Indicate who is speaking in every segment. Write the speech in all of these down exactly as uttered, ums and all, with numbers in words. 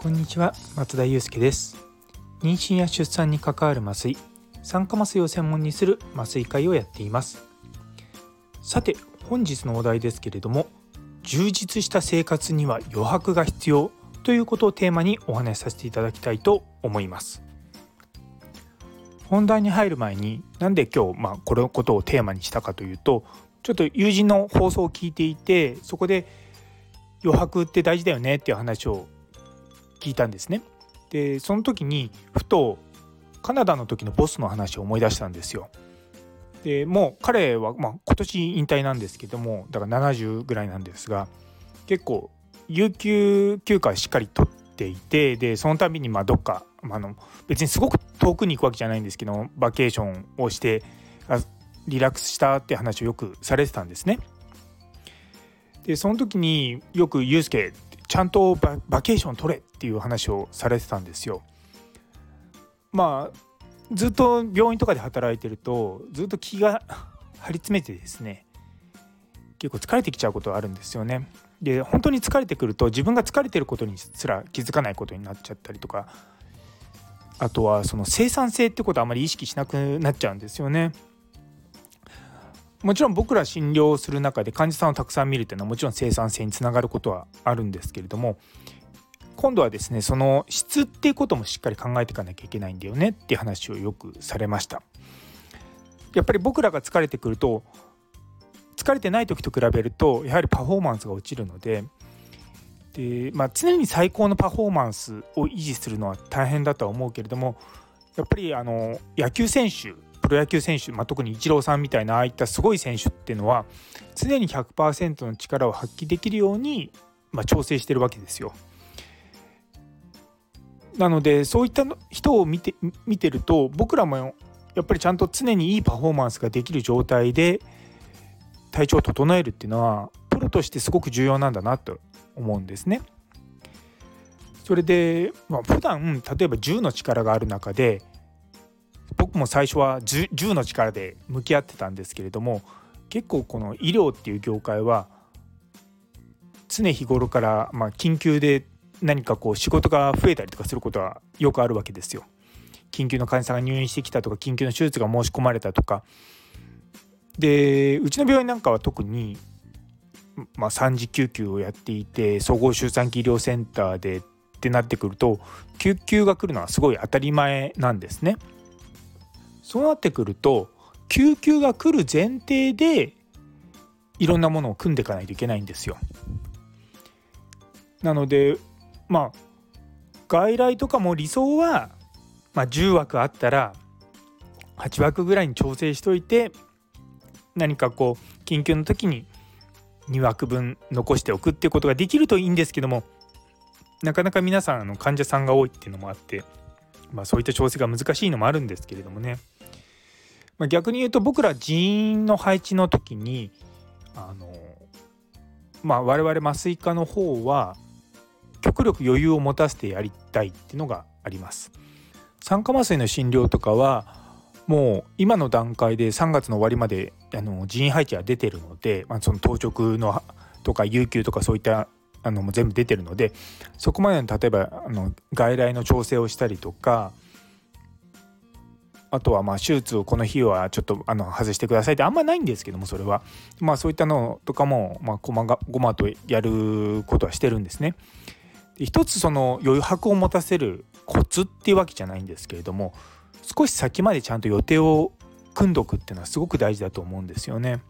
Speaker 1: こんにちは、松田祐介です。妊娠や出産に関わる麻酔、酸化麻酔を専門にする麻酔会をやっています。さて、本日のお題ですけれども、充実した生活には余白が必要ということをテーマにお話しさせていただきたいと思います。本題に入る前に、なんで今日、まあ、このことをテーマにしたかというと、ちょっと友人の放送を聞いていて、そこで余白って大事だよねっていう話を聞いたんですね。で、その時にふとカナダの時のボスの話を思い出したんですよ。で、もう彼は、まあ、今年引退なんですけども、だからななじゅうぐらいなんですが、結構有給休暇をしっかり取っていて、でその度にまあどっか、まあ、の別にすごく遠くに行くわけじゃないんですけど、バケーションをしてリラックスしたって話をよくされてたんですね。でその時によくユースケちゃんと バ, バケーション取れっていう話をされてたんですよ。まあずっと病院とかで働いてるとずっと気が張り詰めてですね、結構疲れてきちゃうことがあるんですよね。で本当に疲れてくると自分が疲れてることにすら気づかないことになっちゃったりとか、あとはその生産性ってことはあまり意識しなくなっちゃうんですよね。もちろん僕ら診療する中で患者さんをたくさん見るっていうのはもちろん生産性につながることはあるんですけれども、今度はですね、その質っていうこともしっかり考えていかなきゃいけないんだよねっていう話をよくされました。やっぱり僕らが疲れてくると、疲れてない時と比べるとやはりパフォーマンスが落ちるので、で、まあ、常に最高のパフォーマンスを維持するのは大変だとは思うけれども、やっぱりあの野球選手、プロ野球選手、まあ、特にイチローさんみたいなああいったすごい選手っていうのは常に ひゃくパーセント の力を発揮できるように、まあ、調整してるわけですよ。なのでそういった人を見て、見てると僕らもやっぱりちゃんと常にいいパフォーマンスができる状態で体調を整えるっていうのはプロとしてすごく重要なんだなと思うんですね。それで、まあ、普段例えばじゅうの力がある中で、僕も最初はじゅうの力で向き合ってたんですけれども、結構この医療っていう業界は常日頃から、まあ、緊急で何かこう仕事が増えたりとかすることはよくあるわけですよ。緊急の患者さんが入院してきたとか、緊急の手術が申し込まれたとかで、うちの病院なんかは特に、まあ、三次救急をやっていて、総合周産期医療センターでってなってくると救急が来るのはすごい当たり前なんですね。そうなってくると救急が来る前提でいろんなものを組んでいかないといけないんですよ。なのでまあ外来とかも理想は、まあ、じゅうわくあったらはちわくぐらいに調整しといて、何かこう緊急の時ににわくぶん残しておくっていうことができるといいんですけども、なかなか皆さんあの患者さんが多いっていうのもあって、まあ、そういった調整が難しいのもあるんですけれどもね。まあ、逆に言うと僕ら人員の配置の時にあの、まあ、我々麻酔科の方は極力余裕を持たせてやりたいっていうのがあります。酸化麻酔の診療とかはもう今の段階でさんがつの終わりまであの人員配置は出てるので、まあ、その当直のとか有給とかそういったあのも全部出てるので、そこまでの例えばあの外来の調整をしたりとか、あとはまあ手術をこの日はちょっとあの外してくださいってあんまないんですけども、それはまあそういったのとかもまあこまごまとやることはしてるんですね。で一つその余白を持たせるコツっていうわけじゃないんですけれども、少し先までちゃんと予定を組んどくっていうのはすごく大事だと思うんですよね。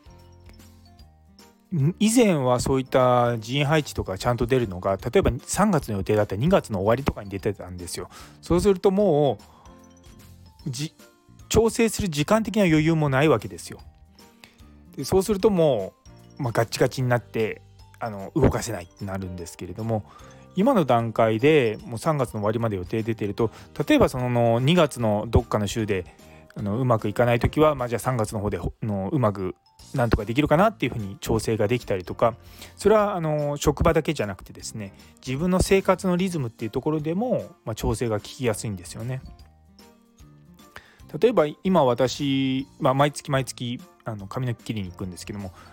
Speaker 1: 以前はそういった人員配置とかちゃんと出るのが、例えばさんがつの予定だったらにがつの終わりとかに出てたんですよ。そうするともうじ調整する時間的な余裕もないわけですよ。でそうするともう、まあ、ガッチガチになってあの動かせないってなるんですけれども、今の段階でもうさんがつの終わりまで予定出てると、例えばそのにがつのどっかの週であのうまくいかないときは、まあ、じゃあさんがつの方でのうまくなんとかできるかなっていうふうに調整ができたりとか、それはあの職場だけじゃなくてですね、自分の生活のリズムっていうところでも、まあ、調整が効きやすいんですよね。例えば今私、まあ、毎月毎月あの髪の毛切りに行くんですけども、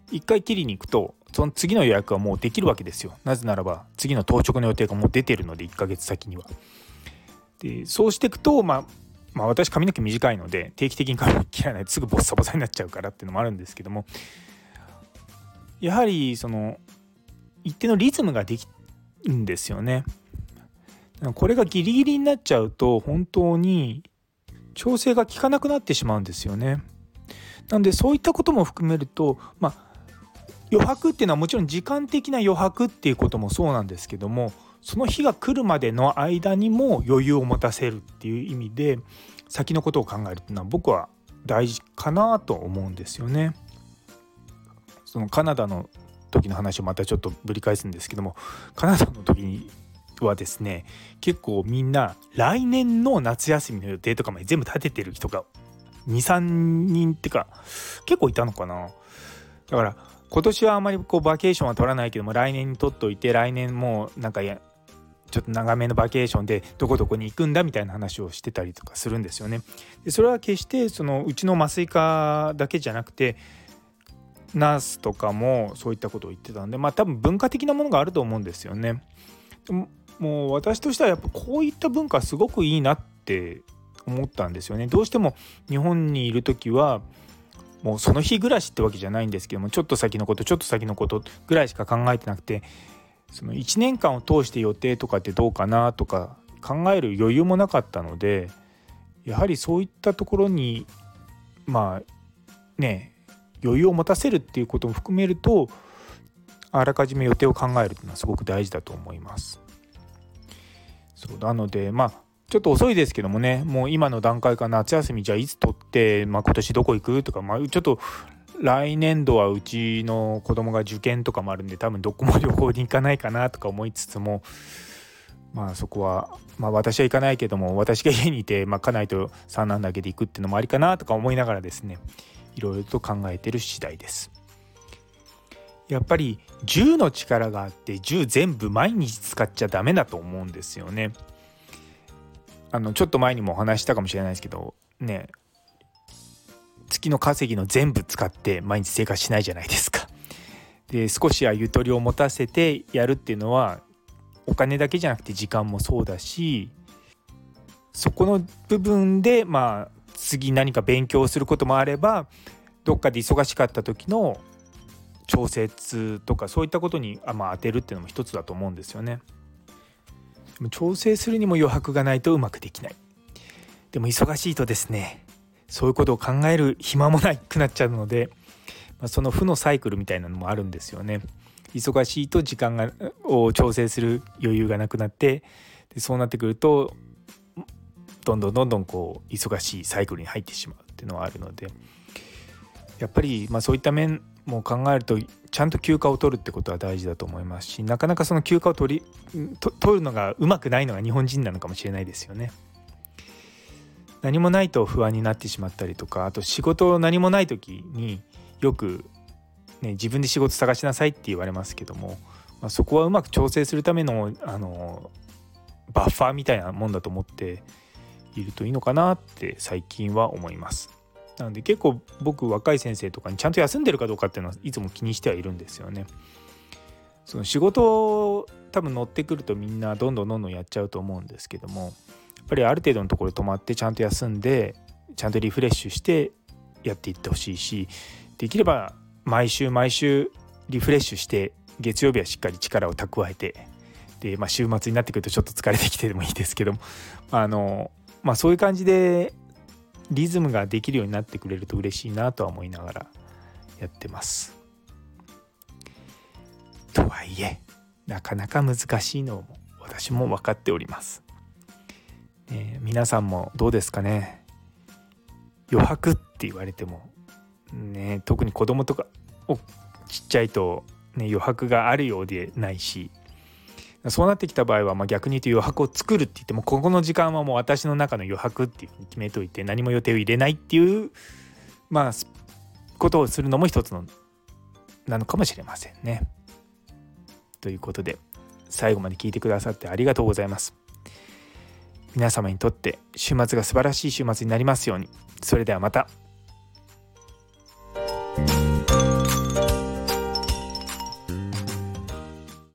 Speaker 1: 一回切りに行くとその次の予約はもうできるわけですよ。なぜならば次の当直の予定がもう出てるので、いっかげつ先には。でそうしていくと、まあ、まあ私髪の毛短いので定期的に髪切らないとすぐボッサボサになっちゃうからっていうのもあるんですけども、やはりその一定のリズムができるんですよね。これがギリギリになっちゃうと本当に調整が効かなくなってしまうんですよね。なのでそういったことも含めると、まあ余白っていうのはもちろん時間的な余白っていうこともそうなんですけども、その日が来るまでの間にも余裕を持たせるっていう意味で先のことを考えるっていうのは僕は大事かなと思うんですよね。そのカナダの時の話をまたちょっとぶり返すんですけども、カナダの時にはですね、結構みんな来年の夏休みの予定とかまで全部立ててる人が にさんにんってか結構いたのかな。だから今年はあまりこうバケーションは取らないけども、来年に取っといて、来年もなんかやちょっと長めのバケーションでどこどこに行くんだみたいな話をしてたりとかするんですよね。でそれは決してそのうちの麻酔科だけじゃなくてナースとかもそういったことを言ってたんで、まあ多分文化的なものがあると思うんですよね。でももう私としてはやっぱこういった文化すごくいいなって思ったんですよね。どうしても日本にいる時はもうその日暮らしってわけじゃないんですけども、ちょっと先のことちょっと先のことぐらいしか考えてなくて、そのいちねんかんを通して予定とかってどうかなとか考える余裕もなかったので、やはりそういったところにまあね余裕を持たせるっていうことも含めると、あらかじめ予定を考えるっていうのはすごく大事だと思います。そうなのでまあちょっと遅いですけどもね、もう今の段階から夏休みじゃあいつ取って、まあ、今年どこ行くとか、まあ、ちょっと来年度はうちの子供が受験とかもあるんで多分どこも旅行に行かないかなとか思いつつも、まあそこは、まあ、私は行かないけども私が家にいて、まあ、家内と三男だけで行くっていうのもありかなとか思いながらですね、いろいろと考えてる次第です。やっぱりじゅうの力があってじゅう全部毎日使っちゃダメだと思うんですよね。あのちょっと前にもお話したかもしれないですけどね、月の稼ぎの全部使って毎日生活しないじゃないですか。で少しはゆとりを持たせてやるっていうのはお金だけじゃなくて時間もそうだし、そこの部分でまあ次何か勉強することもあれば、どっかで忙しかった時の調節とかそういったことにまあ当てるっていうのも一つだと思うんですよね。でも調整するにも余白がないとうまくできない。でも忙しいとですね、そういうことを考える暇もなくなっちゃうので、まあ、その負のサイクルみたいなのもあるんですよね。忙しいと時間がを調整する余裕がなくなって、でそうなってくるとどんどんどんどんこう忙しいサイクルに入ってしまうっていうのはあるので、やっぱりまあそういった面も考えるとちゃんと休暇を取るってことは大事だと思いますし、なかなかその休暇を取りと取るのがうまくないのが日本人なのかもしれないですよね。何もないと不安になってしまったりとか、あと仕事何もない時によく、ね、自分で仕事探しなさいって言われますけども、まあ、そこはうまく調整するための、あのバッファーみたいなもんだと思っているといいのかなって最近は思います。なので結構僕若い先生とかにちゃんと休んでるかどうかっていうのはいつも気にしてはいるんですよね。その仕事多分乗ってくるとみんなどんどんどんどんやっちゃうと思うんですけども、やっぱりある程度のところで止まってちゃんと休んでちゃんとリフレッシュしてやっていってほしいし、できれば毎週毎週リフレッシュして月曜日はしっかり力を蓄えて、で、まあ、週末になってくるとちょっと疲れてきてでもいいですけども、あの、まあ、そういう感じでリズムができるようになってくれると嬉しいなとは思いながらやってます。とはいえなかなか難しいのも私も分かっております、ね、皆さんもどうですかね。余白って言われてもね、特に子供とかちっちゃいと、ね、余白があるようでないし、そうなってきた場合は、まあ逆に言うと余白を作るって言っても、ここの時間はもう私の中の余白っていうふうに決めといて何も予定を入れないっていうまあことをするのも一つのなのかもしれませんね。ということで最後まで聞いてくださってありがとうございます。皆様にとって週末が素晴らしい週末になりますように。それではまた。